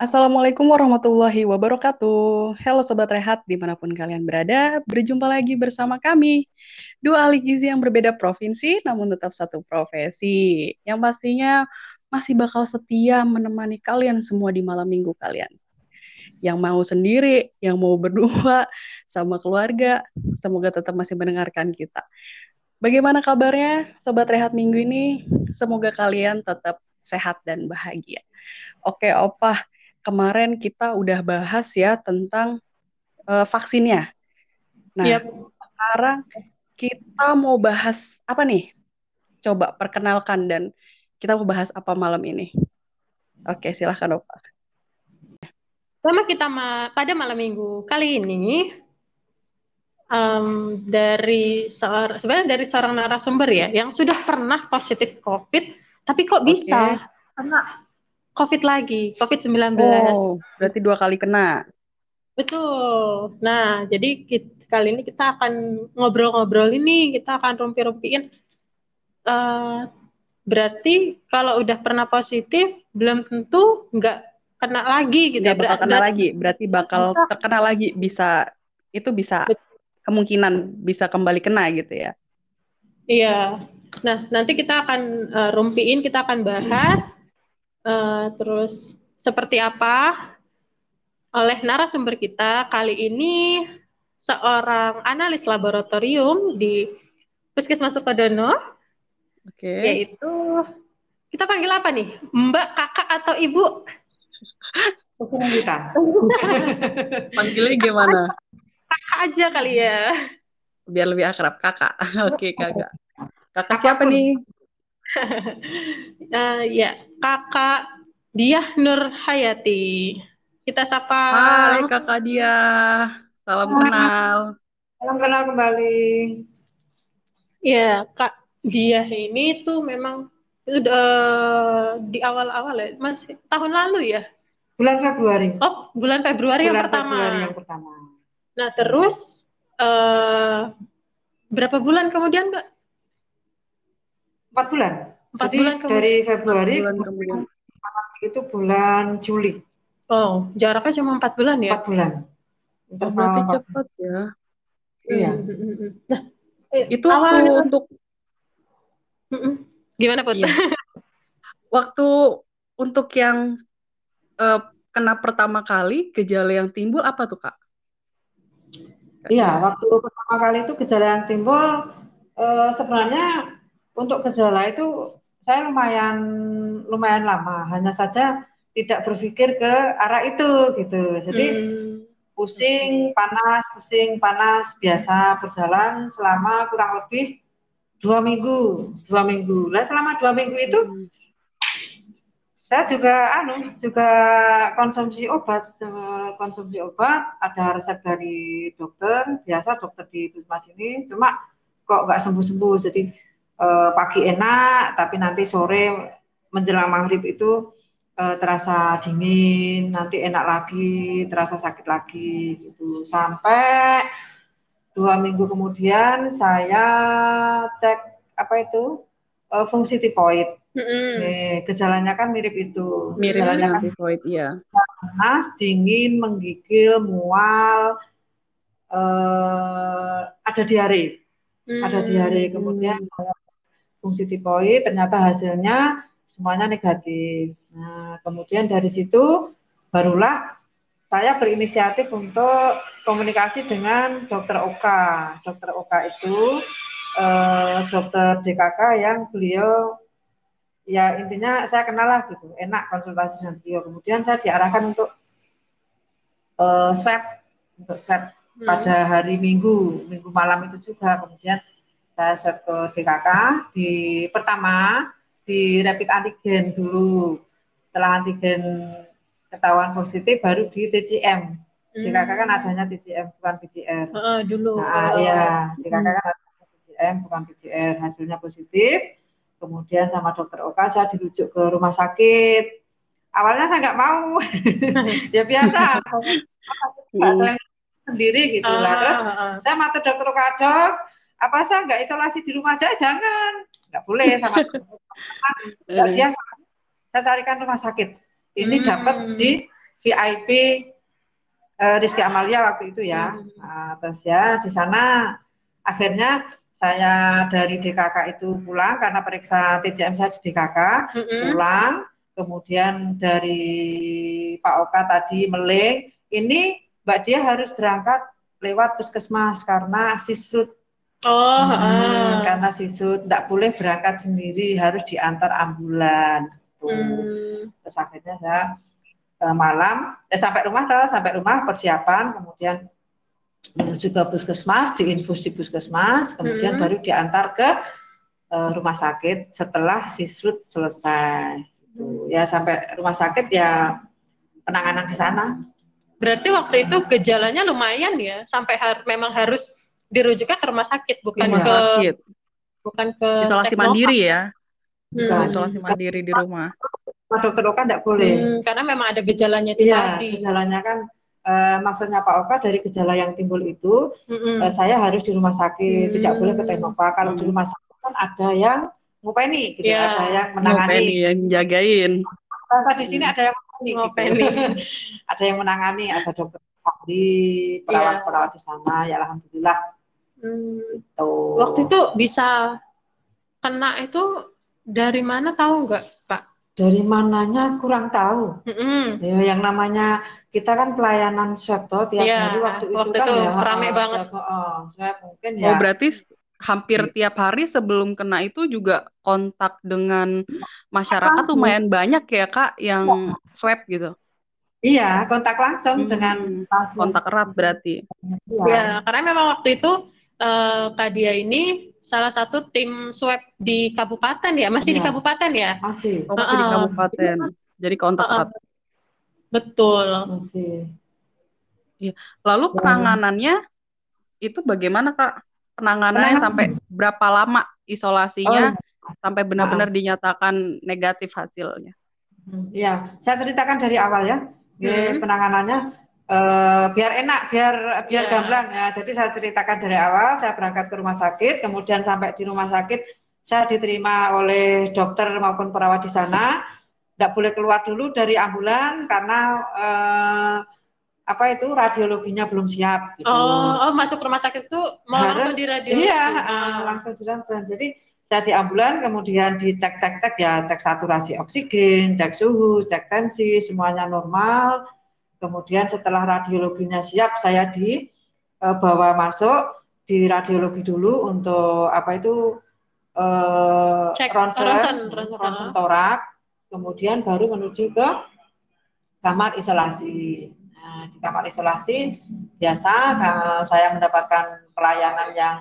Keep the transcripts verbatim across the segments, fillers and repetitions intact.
Assalamualaikum warahmatullahi wabarakatuh. Halo Sobat Rehat, dimanapun kalian berada, berjumpa lagi bersama kami. Dua ahli gizi yang berbeda provinsi, namun tetap satu profesi. Yang pastinya masih bakal setia menemani kalian semua di malam minggu kalian. Yang mau sendiri, yang mau berdua, sama keluarga, semoga tetap masih mendengarkan kita. Bagaimana kabarnya Sobat Rehat minggu ini? Semoga kalian tetap sehat dan bahagia. Oke, Opah, kemarin kita udah bahas ya tentang eh, vaksinnya. Nah, Yap. sekarang kita mau bahas apa nih? Coba perkenalkan dan kita mau bahas apa malam ini? Oke, silahkan Opah. Sama kita ma- pada malam minggu kali ini em, dari seor- sebenarnya dari seorang narasumber ya yang sudah pernah positif COVID, tapi kok bisa Oke. kena COVID lagi, COVID sembilan belas. Oh, berarti dua kali kena. Betul. Nah, jadi kit- kali ini kita akan ngobrol-ngobrol ini, kita akan rumpi-rumpiin. eh, Berarti kalau udah pernah positif, belum tentu nggak kena lagi gitu Nggak ya. bakal Ber- kena Berarti lagi. Berarti bakal bisa. terkena lagi. Bisa, itu bisa kemungkinan bisa kembali kena gitu ya. Iya. Nah, nanti kita akan eh, rumpiin, kita akan bahas eh, terus seperti apa oleh narasumber kita kali ini seorang analis laboratorium di Puskesmas Sukodono, Oke. yaitu kita panggil apa nih? Mbak, kakak atau ibu? Terserah kita. Panggilnya Kakak gimana? aja, kakak aja kali ya. Biar lebih akrab, kakak. Oke, kakak. Kakak siapa Apapun. nih? Eh, ya, kakak Diah Nur Hayati. Kita sapa. Hai kakak dia, salam kenal. Salam kenal kembali. Ya, Kak Diah ini tuh memang udah di awal-awal ya, masih tahun lalu ya. Bulan Februari. Oh, bulan Februari yang Bulan Februari pertama. yang pertama. Nah, terus eh, berapa bulan kemudian, Mbak? Empat bulan. Empat Jadi bulan dari kemudian. Empat Februari bulan kemudian kemudian. itu bulan Juli. Oh, jaraknya cuma empat bulan ya? Empat bulan. Oh Interval berarti empat bulan. cepat ya. Hmm, Iya. hmm, hmm, hmm. Nah, eh, Itu waktu awalnya, untuk hmm, hmm. Gimana, Put? iya, waktu untuk yang eh, kena pertama kali gejala yang timbul apa tuh Kak? Kak Iya, dia. waktu pertama kali itu gejala yang timbul eh, sebenarnya untuk gejala itu saya lumayan lumayan lama. Hanya saja tidak berpikir ke arah itu gitu. Jadi Hmm, pusing, oke. panas, pusing, panas, biasa berjalan selama kurang lebih dua minggu, dua minggu. Lah selama dua minggu itu Hmm. saya juga, anu, juga konsumsi obat, eh, konsumsi obat. Ada resep dari dokter, biasa dokter di puskesmas ini. Cuma kok nggak sembuh-sembuh. Jadi eh, pagi enak, tapi nanti sore menjelang maghrib itu eh, terasa dingin, nanti enak lagi, terasa sakit lagi gitu. Sampai dua minggu kemudian saya cek apa itu eh, fungsi tipoid. Hmm, Nih, gejalanya kan mirip itu. Mirip hmm, Gejalanya dengan kan tifoid, iya. panas, dingin, menggigil, mual, eh, ada diare. Ada diare. hmm. Kemudian Hmm. fungsi tipoid ternyata hasilnya semuanya negatif. Nah, kemudian dari situ barulah saya berinisiatif untuk komunikasi dengan dokter Oka. Dokter Oka itu eh, dokter D K K yang beliau, ya intinya saya kenal lah gitu, enak konsultasi dengan beliau. Kemudian saya diarahkan untuk uh, swab, untuk swab Hmm. pada hari Minggu, Minggu malam itu juga. Kemudian saya swab ke D K K, di pertama di rapid antigen dulu. Setelah antigen ketahuan positif baru di T C M. D K K kan Hmm. adanya T C M bukan P C R. Heeh, dulu. Nah, iya, Oh. D K K Hmm. kan adanya P C M bukan P C R, hasilnya positif. Kemudian sama dokter Oka saya dirujuk ke rumah sakit. Awalnya saya nggak mau, ya biasa, Hmm. sendiri gitu lah. Terus Ah, ah. saya mata dokter kadok, apa saya nggak isolasi di rumah aja? Jangan, nggak boleh sama dokter. Nggak, Eh, dia saya carikan rumah sakit. Ini dapat di Hmm. V I P uh, Rizky Amalia waktu itu ya. Hmm. Nah, terus ya di sana akhirnya saya dari D K K itu pulang karena periksa T J M saya di D K K, Mm-mm. pulang. Kemudian dari Pak Oka tadi Meling, ini Mbak Dia harus berangkat lewat puskesmas karena sisrut. Oh, Hmm, ah. karena sisrut tidak boleh berangkat sendiri, harus diantar ambulan. Tuh. Hmm. Terus akhirnya saya eh, malam, eh, sampai rumah toh, sampai rumah persiapan, kemudian menuju ke puskesmas, diinfus di puskesmas, kemudian Hmm. baru diantar ke uh, rumah sakit setelah sisrut selesai. Gitu. Ya sampai rumah sakit ya penanganan di sana. Berarti waktu itu gejalanya lumayan ya, sampai har memang harus dirujuknya ke rumah sakit, bukan Rumah ke sakit. bukan ke Isolasi Teknova. mandiri ya. Hmm. Isolasi mandiri di rumah. Pak dokter Oka tidak boleh. Hmm, karena memang ada gejalanya itu Iya, tadi. gejalanya kan uh, maksudnya Pak Oka dari gejala yang timbul itu, Mm-mm. uh, saya harus di rumah sakit, Hmm. tidak boleh ke Teknova. Kalau Hmm. di rumah sakit kan ada yang ngopeni, gitu, Ya. ada yang menangani. Ngopeni, yang jagain. Rasa di sini ada yang menangani, Ngopeni. gitu. Ada yang menangani, ada dokter ahli, perawat-perawat di sana, ya alhamdulillah. Hmm. Gitu. Waktu itu bisa kena itu dari mana tahu nggak, Pak? Dari mananya kurang tahu. Mm-mm. Ya, yang namanya kita kan pelayanan swab toh tiap Ya, hari waktu, waktu itu kan itu ya rame uh, banget. swab, uh, swab mungkin Oh, ya. berarti hampir Iya. tiap hari sebelum kena itu juga kontak dengan masyarakat Langsung. lumayan banyak ya Kak yang swab gitu. Iya, kontak langsung Hmm, dengan pasien. kontak erat berarti. Iya. Ya, karena memang waktu itu uh, Kak Dia ini salah satu tim swab di kabupaten ya, masih di Iya. kabupaten ya? Masih. Oh, masih di Uh-uh. kabupaten. Jadi kontak Uh-uh. erat. Betul. Masih. Iya. Lalu Ya. penanganannya itu bagaimana Kak? Penanganannya Penanganan. sampai berapa lama isolasinya Oh, iya. sampai benar-benar dinyatakan negatif hasilnya? Ya, saya ceritakan dari awal ya. Hmm. Penanganannya eh, biar enak, biar biar Ya. gamblang ya. Jadi saya ceritakan dari awal, saya berangkat ke rumah sakit, kemudian sampai di rumah sakit saya diterima oleh dokter maupun perawat di sana. Tidak boleh keluar dulu dari ambulan karena eh, apa itu radiologinya belum siap. Gitu. Oh, oh, masuk rumah sakit itu mau Harus, langsung di radiologi. iya, Ah. langsung di ronsen. Jadi saya di ambulan, kemudian dicek cek cek ya, cek saturasi oksigen, cek suhu, cek tensi, semuanya normal. Kemudian setelah radiologinya siap, saya dibawa masuk di radiologi dulu untuk apa itu eh, Cek ronsen, ronsen, ronsen, ronsen. torak, kemudian baru menuju ke kamar isolasi. Nah, di kamar isolasi biasa saya mendapatkan pelayanan yang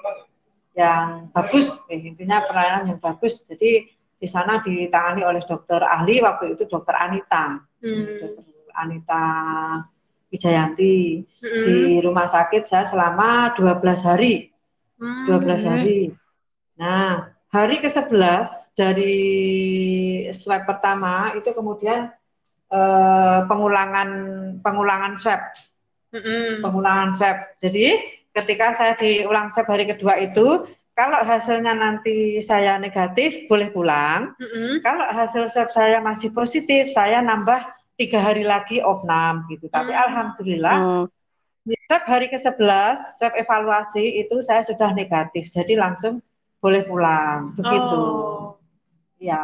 yang bagus, intinya pelayanan yang bagus. Jadi di sana ditangani oleh dokter ahli waktu itu dokter Anita, hmm. dokter Anita Wijayanti. Hmm. Di rumah sakit saya selama dua belas hari, hmm. dua belas hari. Nah, hari ke sebelas dari swab pertama itu kemudian eh, pengulangan pengulangan swab, hmm. pengulangan swab. Jadi ketika saya diulang swab hari kedua itu, kalau hasilnya nanti saya negatif, boleh pulang. Mm-hmm. Kalau hasil swab saya masih positif, saya nambah tiga hari lagi opnam gitu. Mm. Tapi alhamdulillah, oh. di swab hari ke sebelas, swab evaluasi itu saya sudah negatif. Jadi langsung boleh pulang. Begitu. Oh. Ya.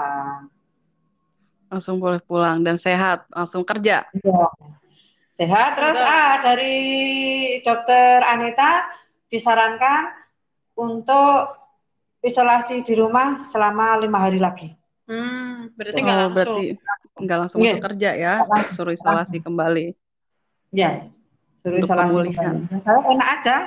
Langsung boleh pulang dan sehat, langsung kerja. Ya. Sehat. Terus ah dari dokter Anita disarankan untuk isolasi di rumah selama lima hari lagi. Hmm, berarti nggak oh, langsung. Berarti nggak langsung yeah. masuk kerja ya, suruh isolasi kembali. Ya, suruh untuk isolasi pemulihan. kembali. Saya enak aja.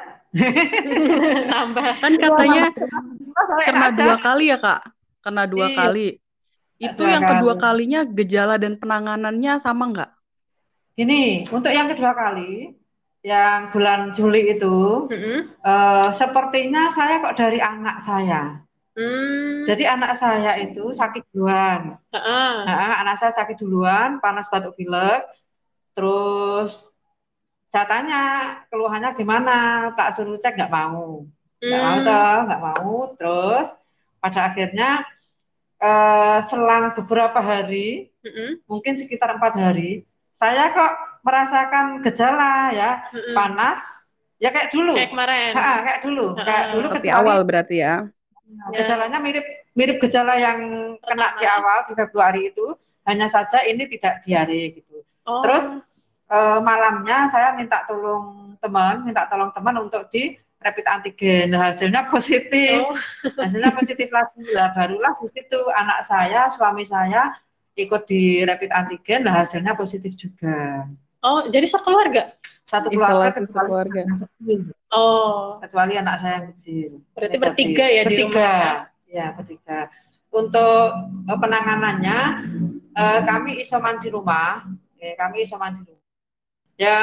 Nambah. Kan katanya kena dua kali ya Kak, kena dua iya. kali. Itu dua yang kali. Kedua kalinya gejala dan penanganannya sama nggak? Gini, untuk yang kedua kali, yang bulan Juli itu, mm-hmm. uh, sepertinya saya kok dari anak saya. Hmm. Jadi anak saya itu sakit duluan. Uh-uh. Nah, anak saya sakit duluan, panas batuk pilek. Terus saya tanya keluhannya gimana, tak suruh cek nggak mau, nggak hmm. mau toh, nggak mau. Terus pada akhirnya uh, selang beberapa hari, mm-hmm. mungkin sekitar empat hari. saya kok merasakan gejala ya, Mm-mm. panas, ya kayak dulu. Kayak kemarin. Ha, kayak dulu, Ha, kayak dulu Tapi kecuali awal berarti ya. nah, gejalanya mirip mirip gejala yang kena di Pertama. awal di Februari itu, hanya saja ini tidak diare gitu. Oh. Terus eh, malamnya saya minta tolong teman, minta tolong teman untuk di rapid antigen. Hasilnya positif. Oh. Hasilnya positif lagi lah. Barulah di situ anak saya, suami saya ikut di rapid antigen, nah hasilnya positif juga. Oh, jadi sekeluarga? Satu keluarga Isolasi kecuali sekeluarga. anak kecil. Oh, Kecuali anak saya yang kecil. berarti Negatif. bertiga ya di Bertiga. rumah. Ya, bertiga. Untuk eh, penanganannya, eh, kami isoman di rumah. Eh, kami isoman di rumah. Ya,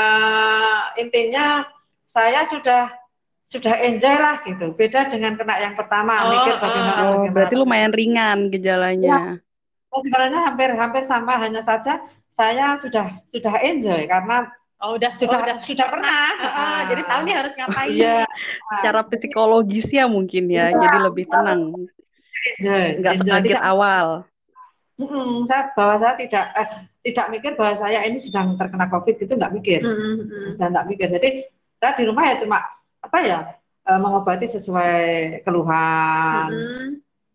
intinya saya sudah sudah enjoy lah gitu. Beda dengan kena yang pertama, Oh, mikir uh. bagaimana Oh, bagaimana. berarti lumayan ringan Ya, gejalanya. sebenarnya hampir-hampir sama, hanya saja saya sudah sudah enjoy karena Oh, udah sudah oh, udah sudah pernah. Uh, uh, jadi tahu nih harus ngapain. Iya. Secara psikologisnya mungkin ya, Iya. jadi lebih tenang. Enjoy, Nggak enjoy. sekaget Tidak, awal. mm, saya bahwa saya tidak eh, tidak mikir bahwa saya ini sedang terkena COVID gitu, nggak mikir. Mm-hmm. Dan nggak mikir. Jadi saya di rumah ya cuma apa ya eh, mengobati sesuai keluhan. Mm-hmm.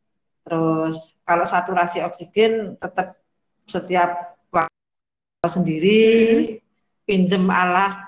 Terus kalau saturasi oksigen tetap setiap waktu sendiri, Mm-hmm. pinjem alat,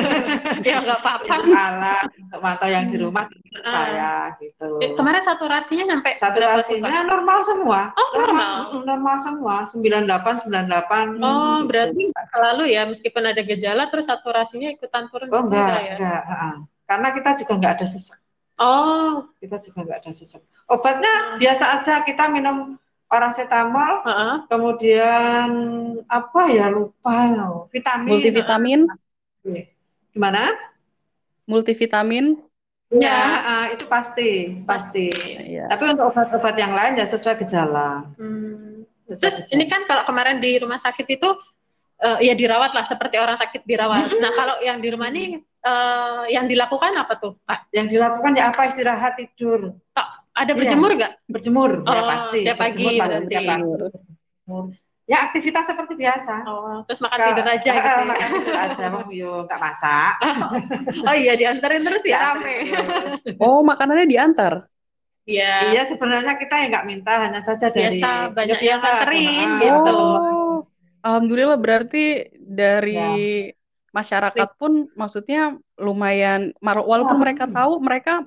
ya nggak apa-apa. pinjem alat untuk mata yang di rumah uh. saya gitu. Eh, kemarin saturasinya sampai saturasinya normal semua. Oh, normal. Normal, normal semua, sembilan puluh delapan sembilan puluh delapan. Oh, gitu. berarti nggak selalu ya, meskipun ada gejala terus saturasinya ikutan turun. Oh, enggak, enggak ya? enggak. Uh-uh. Karena kita juga enggak ada sesak. Oh. Kita juga enggak ada sesak. Obatnya hmm. biasa aja, kita minum paracetamol, uh-uh. kemudian apa ya, lupa loh, vitamin. Multivitamin? Uh-uh. Gimana? Multivitamin? Ya, uh, itu pasti, pasti. Ya. Tapi untuk obat-obat yang lain ya sesuai gejala. Hmm. Terus ini kan kalau kemarin di rumah sakit itu uh, ya dirawat lah seperti orang sakit dirawat. Nah kalau yang di rumah ini uh, yang dilakukan apa tuh, Pak? Yang dilakukan ya apa, istirahat, tidur. Tak ada berjemur nggak? Iya. Berjemur, oh, ya pasti. Tiap pagi berjemur pasti berarti. Tiap pagi. Berjemur. Ya aktivitas seperti biasa. Oh, terus makan Ka tidur aja gitu ya? Makan tidur aja, yo nggak masak. Oh iya, diantarin terus ya, rame. Oh, makanannya diantar? Iya. Iya, sebenarnya kita yang nggak minta, hanya saja dari biasa banyak ya, yang nganterin ah, gitu. Oh, alhamdulillah berarti dari ya. masyarakat pun maksudnya lumayan, walaupun ya. mereka tahu mereka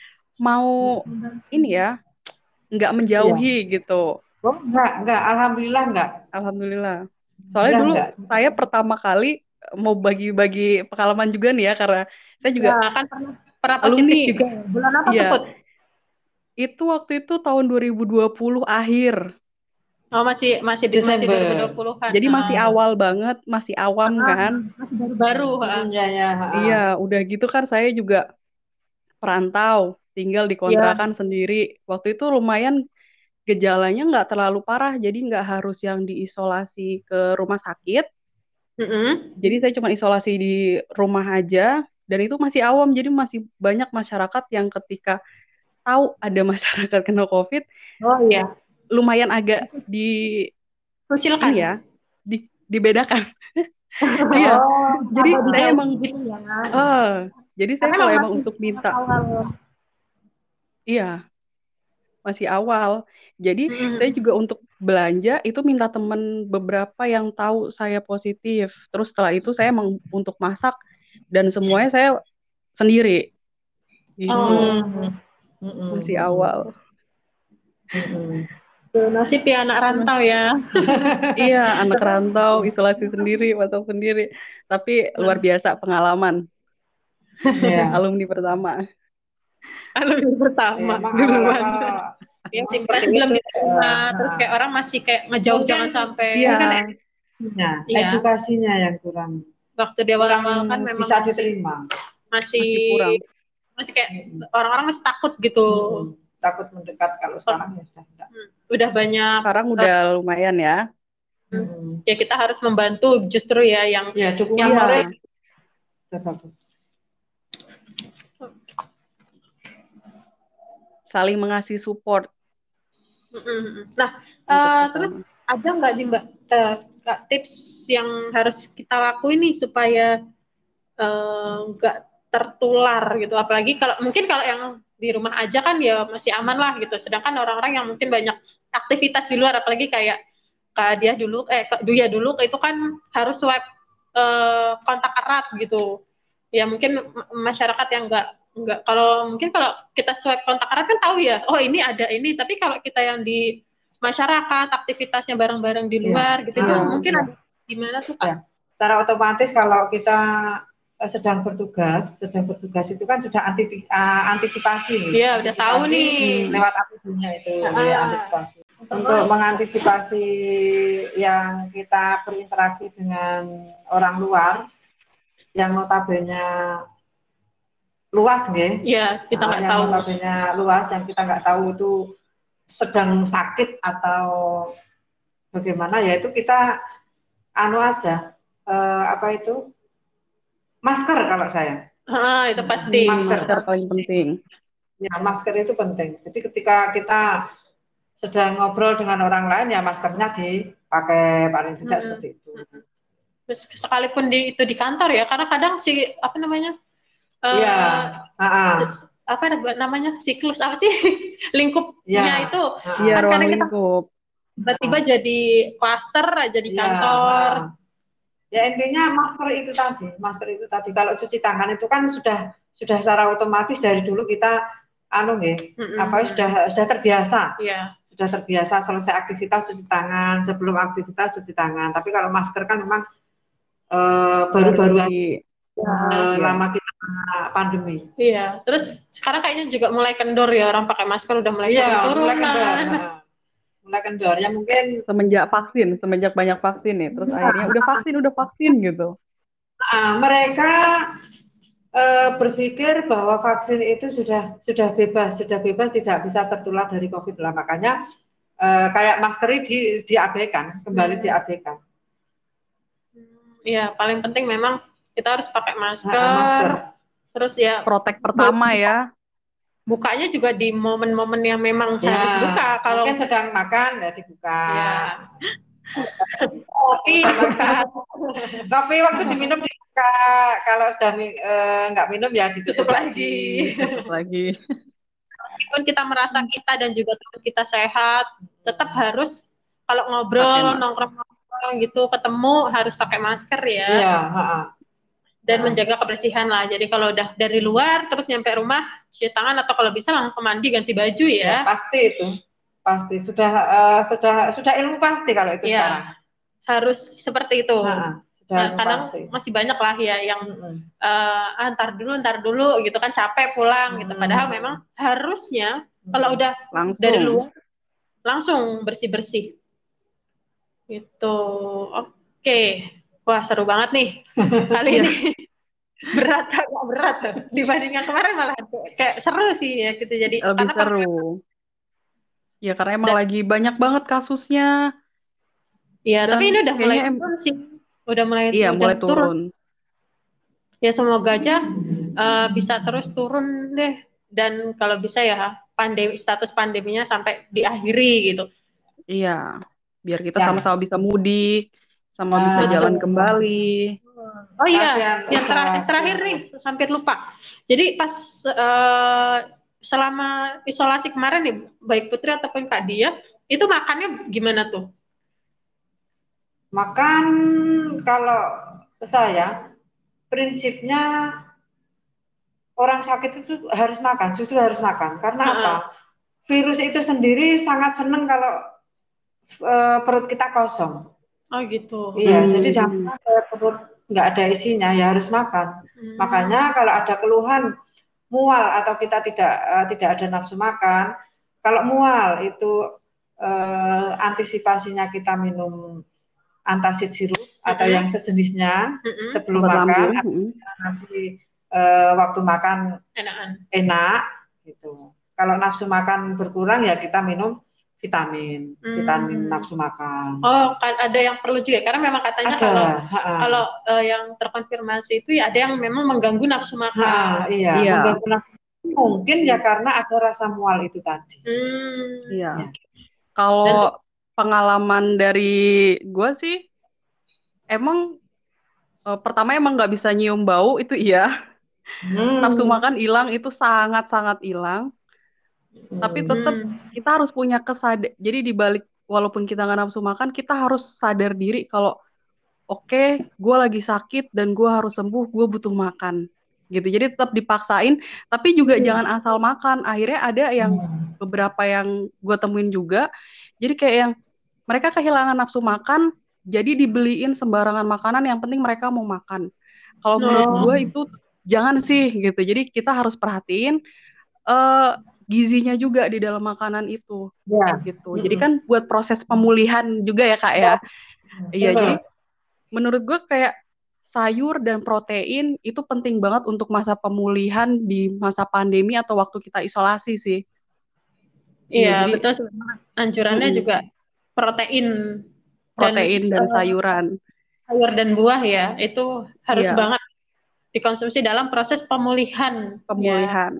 mau ini ya, nggak menjauhi ya. gitu. Oh, enggak, enggak, alhamdulillah enggak. Alhamdulillah. Soalnya enggak, dulu enggak. saya pertama kali mau bagi-bagi pengalaman juga nih ya, karena saya juga ya, kan pernah, pernah positif alumni juga. Bulan apa ya. tuh? Itu waktu itu tahun dua ribu dua puluh akhir. Oh, masih masih di masih dua ribu dua puluhan. Jadi masih ah. awal banget, masih awam ah, kan. Masih baru-baru. Iya, ya, iya, udah gitu kan saya juga perantau, tinggal di kontrakan ya. sendiri. Waktu itu lumayan gejalanya nggak terlalu parah, jadi nggak harus yang diisolasi ke rumah sakit. Mm-hmm. Jadi saya cuma isolasi di rumah aja, dan itu masih awam, jadi masih banyak masyarakat yang ketika tahu ada masyarakat kena COVID, oh iya, lumayan agak di kucilkan ya, di, dibedakan. Iya, oh, jadi saya emang gitu ya. Uh, jadi saya kalau emang untuk minta, awal. iya, masih awal. Jadi hmm. saya juga untuk belanja itu minta temen beberapa yang tahu saya positif. Terus setelah itu saya emang untuk masak dan semuanya saya sendiri. Gitu. Oh. Masih awal. Nasib ya anak rantau ya. Iya, anak rantau, isolasi sendiri, masak sendiri. Tapi luar biasa pengalaman. Yeah. Alumni pertama. Alumni pertama ya, duluan. Ya sih, pas belum diterima, nah. terus kayak orang masih kayak ngejauh jangan sampai. Iya. Kan ya, ya. edukasinya yang kurang. Waktu dia awal-awal kan memang bisa masih, diterima. Masih, masih kurang. Masih kayak hmm. orang-orang masih takut gitu. Hmm. Takut mendekat, kalau sekarang ya sudah enggak. Hmm. Udah banyak. Sekarang udah uh, lumayan ya. Hmm. Ya kita harus membantu justru ya yang ya, yang ya. bagus. Saling mengasih support. Nah, uh, terus ada nggak nih Mbak eh, Kak, tips yang harus kita lakuin nih supaya eh, nggak tertular gitu. Apalagi kalau mungkin kalau yang di rumah aja kan ya masih aman lah gitu. Sedangkan orang-orang yang mungkin banyak aktivitas di luar, apalagi kayak Kak dia dulu, eh Kak Duya dulu itu kan harus swab eh, kontak erat gitu. Ya mungkin masyarakat yang nggak nggak kalau mungkin kalau kita swab kontak erat kan tahu ya, oh ini ada ini. Tapi kalau kita yang di masyarakat aktivitasnya bareng-bareng di luar Ya, gitu itu Iya. mungkin ya, ada gimana tuh Kak? ya. Secara otomatis kalau kita eh, sedang bertugas, sedang bertugas itu kan sudah anti, uh, antisipasi, Iya udah tahu antisipasi nih. Hmm. lewat aplikasinya itu, ya, Ah, antisipasi. Untuk mengantisipasi yang kita berinteraksi dengan orang luar, yang notabene luas, nggih. ya kita Nah, nggak yang tahu. notabene luas, yang kita nggak tahu itu sedang sakit atau bagaimana, ya itu kita anu aja, eh, apa itu, masker kalau saya. Ah, itu pasti. Hmm, Masker. masker paling penting. Ya, masker itu penting. Jadi ketika kita sedang ngobrol dengan orang lain, ya maskernya dipakai, paling tidak Hmm. seperti itu. Terus sekalipun di itu di kantor ya, karena kadang si apa namanya Iya, eh ah, apa namanya siklus apa sih lingkupnya ya, itu Iya, kan ruang kadang kita lingkup. tiba-tiba jadi klaster aja di ya, kantor. ya intinya masker itu tadi, masker itu tadi. Kalau cuci tangan itu kan sudah sudah secara otomatis dari dulu kita anu nggih, Mm-mm. apa sudah sudah terbiasa. Iya. Sudah terbiasa selesai aktivitas cuci tangan, sebelum aktivitas cuci tangan. Tapi kalau masker kan memang eh, baru-baru Baru di eh, Iya. lama kita pandemi. Iya, terus sekarang kayaknya juga mulai kendor ya, orang pakai masker udah mulai Iya, mulai turun-turunan. kendor. Nah, mulai kendor. Ya mungkin semenjak vaksin, semenjak banyak vaksin nih. Terus akhirnya udah vaksin, udah vaksin gitu. ah, mereka eh, berpikir bahwa vaksin itu sudah sudah bebas, sudah bebas tidak bisa tertular dari COVID lah. Makanya eh, kayak masker ini di, diabaikan, kembali Hmm. diabaikan. Iya, paling penting memang kita harus pakai masker. Nah, masker. Terus ya Protek pertama ya. bukanya juga di momen-momen yang memang Ya, harus buka. Kalau mungkin sedang makan ya dibuka. ya kopi dibuka. Kopi waktu diminum dibuka, kalau sudah eh, nggak minum ya ditutup Tutup lagi. lagi. Tutup lagi. Meskipun kita merasa kita dan juga teman kita sehat, tetap harus kalau Pakai ngobrol, masker. nongkrong-nongkrong gitu, ketemu harus pakai masker ya. Iya, ha-ha. Dan Ha. menjaga kebersihan lah. Jadi kalau udah dari luar terus nyampe rumah cuci tangan atau kalau bisa langsung mandi ganti baju Ya, ya. pasti itu. Pasti sudah eh, sudah sudah ilmu pasti kalau itu Iya. sekarang. Harus seperti itu. Ha-ha, sudah Nah, ilmu kadang pasti. masih banyak lah ya yang Mm-mm. eh, ah, ntar dulu, ntar dulu gitu kan capek pulang gitu. Hmm. Padahal memang harusnya Hmm. kalau udah Langsung. dari luar langsung bersih-bersih. Gitu. Oke. Wah, seru banget nih kali ini. Berat agak berat tuh. Dibanding yang kemarin malah kayak seru sih ya gitu. Jadi Lebih karena per- seru. Ya karena emang Dan- lagi banyak banget kasusnya. ya, Dan tapi ini udah mulai kayaknya em- turun sih. Udah mulai Iya, udah mulai turun. Ya semoga aja eh, bisa terus turun deh. Dan kalau bisa ya pandemi status pandeminya sampai diakhiri gitu. Iya, biar kita Ya. sama-sama bisa mudik, sama Ah, bisa jalan betul. kembali. Oh iya, Kasihan yang usaha terakhir, terakhir nih hampir lupa. Jadi pas eh, selama isolasi kemarin nih, baik Putri ataupun Kak Dia, itu makannya gimana tuh? Makan kalau saya prinsipnya orang sakit itu harus makan, justru harus makan. Karena Ha-ha. apa? Virus itu sendiri sangat senang kalau eh, perut kita kosong. Oh gitu. Iya, Hmm. jadi jangan sampai perut nggak ada isinya, ya harus makan. Hmm. Makanya kalau ada keluhan mual atau kita tidak eh, tidak ada nafsu makan, kalau mual itu eh, antisipasinya kita minum antacid sirup atau Mm-mm. yang sejenisnya Mm-mm. sebelum Obat makan, lambung. agar Mm. nanti eh, waktu makan Enakan. enak gitu. Kalau nafsu makan berkurang ya kita minum vitamin, Hmm. vitamin nafsu makan. Oh, kan ada yang perlu juga karena memang katanya Ada, kalau ha-ha. kalau eh, yang terkonfirmasi itu ya ada yang memang mengganggu nafsu makan. Ha, iya, Iya. mengganggu nafsu mungkin ya karena ada rasa mual itu tadi. Hmm. Iya. Ya. Kalau pengalaman dari gue sih, emang eh, pertama emang nggak bisa nyium bau itu iya. Nafsu Hmm. makan hilang itu sangat-sangat hilang. Tapi Hmm. tetap Hmm. kita harus punya kesad. Jadi di balik walaupun kita nggak nafsu makan, kita harus sadar diri kalau oke, gue lagi sakit dan gue harus sembuh, gue butuh makan. Gitu. Jadi tetap dipaksain, tapi juga jangan asal makan. Akhirnya ada yang Hmm. beberapa yang gue temuin juga. Jadi kayak yang mereka kehilangan nafsu makan, jadi dibeliin sembarangan makanan, yang penting mereka mau makan. Kalau menurut gue No. itu jangan sih gitu. Jadi kita harus perhatiin eh, gizinya juga di dalam makanan itu Ya. gitu. Jadi Hmm. kan buat proses pemulihan juga ya Kak ya. Iya, jadi Betul. menurut gue kayak sayur dan protein itu penting banget untuk masa pemulihan di masa pandemi atau waktu kita isolasi sih. Iya, Iya, jadi betul sebenarnya. Anjurannya mm-mm, juga protein dan protein dan eh, sayuran. sayur dan buah ya, itu harus Iya, banget dikonsumsi dalam proses pemulihan ya. pemulihan.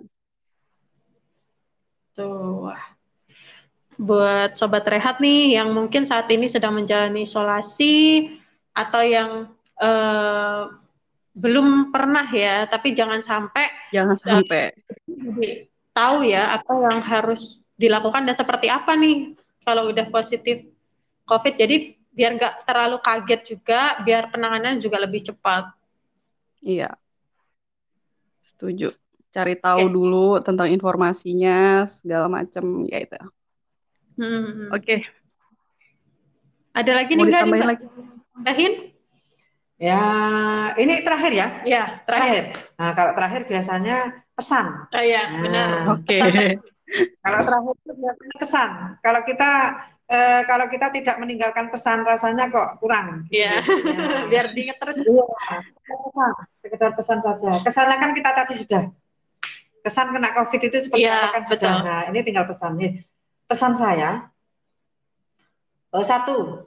Tuh, wah. Buat sobat rehat nih yang mungkin saat ini sedang menjalani isolasi atau yang eh, belum pernah ya, tapi jangan sampai Jangan eh, sampai. jadi tahu ya apa yang harus dilakukan dan seperti apa nih kalau udah positif COVID. Jadi biar nggak terlalu kaget juga, biar penanganan juga lebih cepat. Iya, setuju. Cari tahu Oke. dulu tentang informasinya, segala macam ya itu. Hmm. Oke, Ada lagi mau nih nggak nih ditambahin Mbak? lagi? Tambahin? Ya, ini terakhir ya. Ya, Terakhir. terakhir. Nah, kalau terakhir biasanya pesan. Oh ya, benar. Nah, Oke. Pesan. kalau terakhir itu biasanya pesan. Kalau kita eh, kalau kita tidak meninggalkan pesan rasanya kok kurang. Ya, Gitu. Ya. biar diingat terus. Iya, pesan. Sekedar pesan saja. Kesannya kan kita tadi sudah. Kesan kena COVID itu seperti Iya, apa kan sudah. betul. Nah, ini tinggal pesan nih. Pesan saya, eh, satu,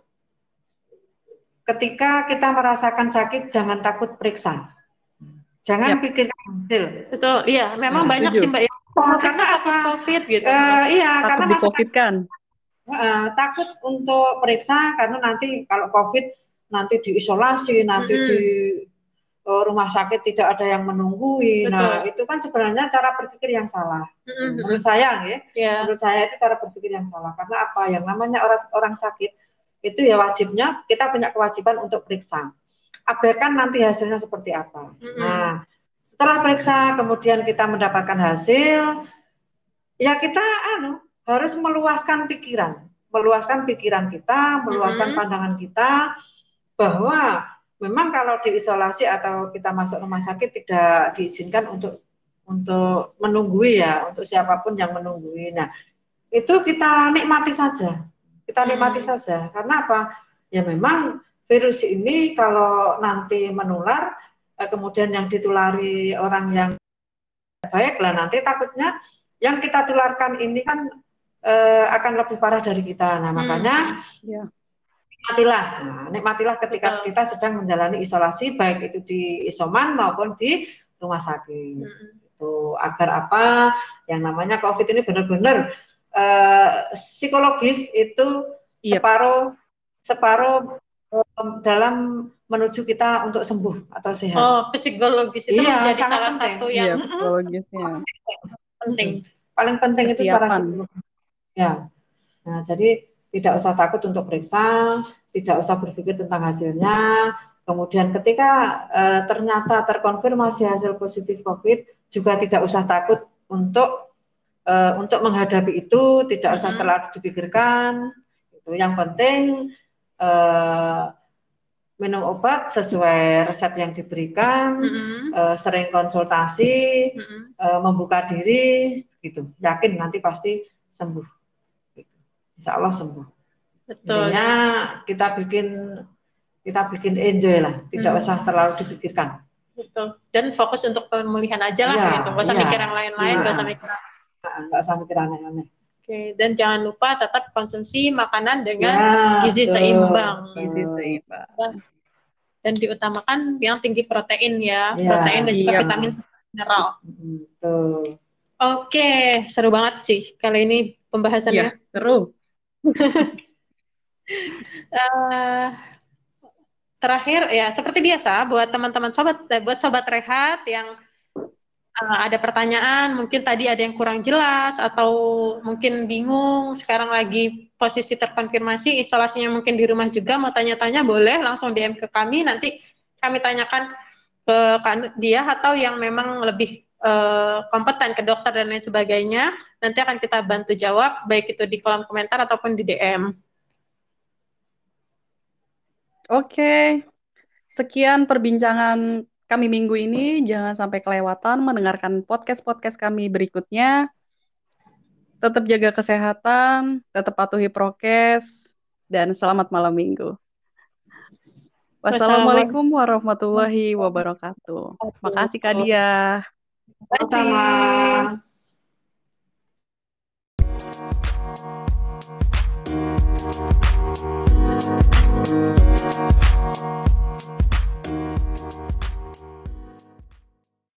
ketika kita merasakan sakit, jangan takut periksa. Jangan Yap, pikirkan hasil. Betul. Iya, memang Nah, banyak setuju. sih Mbak yang oh, periksa karena takut apa? COVID gitu. Eh, iya, Takut karena di masyarakat COVID kan? eh, takut untuk periksa karena nanti kalau COVID nanti diisolasi, nanti di Mm-mm. eh, rumah sakit tidak ada yang menunggui. Nah, Betul. itu kan sebenarnya cara berpikir yang salah. Mm-mm. Menurut saya, ya, Ya. menurut saya itu cara berpikir yang salah. Karena apa? Yang namanya orang orang sakit itu ya wajibnya kita punya kewajiban untuk periksa. Abaikan nanti hasilnya seperti apa. Mm-mm. Nah, setelah periksa kemudian kita mendapatkan hasil, ya kita anu harus meluaskan pikiran, meluaskan pikiran kita, meluaskan Mm-mm. pandangan kita bahwa memang kalau diisolasi atau kita masuk rumah sakit tidak diizinkan untuk untuk menunggui ya, untuk siapapun yang menunggui. Nah, itu kita nikmati saja. Kita nikmati Mm. saja. Karena apa? Ya memang virus ini kalau nanti menular, eh, kemudian yang ditulari orang yang baik lah, nanti takutnya yang kita tularkan ini kan eh, akan lebih parah dari kita. Nah, makanya Ya. nikmatilah, nah, nikmatilah ketika Betul. kita sedang menjalani isolasi, baik itu di isoman maupun di rumah sakit. Mm-mm. Itu agar apa? Yang namanya COVID ini benar-benar eh, psikologis itu Yep. separuh separuh eh, dalam menuju kita untuk sembuh atau sehat. Oh, psikologis itu Iya, menjadi sangat salah penting. satu Iya, yang psikologisnya. penting. Paling penting itu secara Kesiapan. psikologis. Ya. Nah, jadi tidak usah takut untuk periksa, tidak usah berpikir tentang hasilnya. Kemudian ketika eh, ternyata terkonfirmasi hasil positif COVID, juga tidak usah takut untuk eh, untuk menghadapi itu, tidak usah Mm-mm. terlalu dipikirkan. Itu yang penting eh, minum obat sesuai resep yang diberikan, Mm-mm. eh, sering konsultasi, Mm-mm. eh, membuka diri, gitu. Yakin nanti pasti sembuh. Gitu. Insya Allah sembuh. Betul. Intinya kita bikin kita bikin enjoy lah, tidak Hmm. usah terlalu dipikirkan. Betul. Dan fokus untuk pemulihan aja lah Iya, gitu. Gak usah iya. mikir yang lain-lain, Nah, gak usah mikir. nah, nggak usah mikir aneh-aneh. Oke, dan jangan lupa tetap konsumsi makanan dengan Ya, gizi betul, seimbang. Gizi betul. seimbang. Dan diutamakan yang tinggi protein ya, Iya, protein dan juga Iya. vitamin mineral. Betul. Oke, seru banget sih kali ini pembahasannya. Iya, seru. Eh, terakhir ya seperti biasa buat teman-teman sobat, eh, buat sobat rehat yang eh, ada pertanyaan, mungkin tadi ada yang kurang jelas atau mungkin bingung, sekarang lagi posisi terkonfirmasi, isolasinya mungkin di rumah juga, mau tanya-tanya boleh langsung D M ke kami, nanti kami tanyakan ke kan- dia atau yang memang lebih eh, kompeten ke dokter dan lain sebagainya, nanti akan kita bantu jawab, baik itu di kolom komentar ataupun di D M. Oke, sekian perbincangan kami minggu ini. Jangan sampai kelewatan mendengarkan podcast-podcast kami berikutnya. Tetap jaga kesehatan, tetap patuhi prokes, dan selamat malam minggu. Wassalamualaikum Wassalamualaikum warahmatullahi wabarakatuh. Makasih Kak warahmatullahi Dia. Sama-sama. wabarakatuh.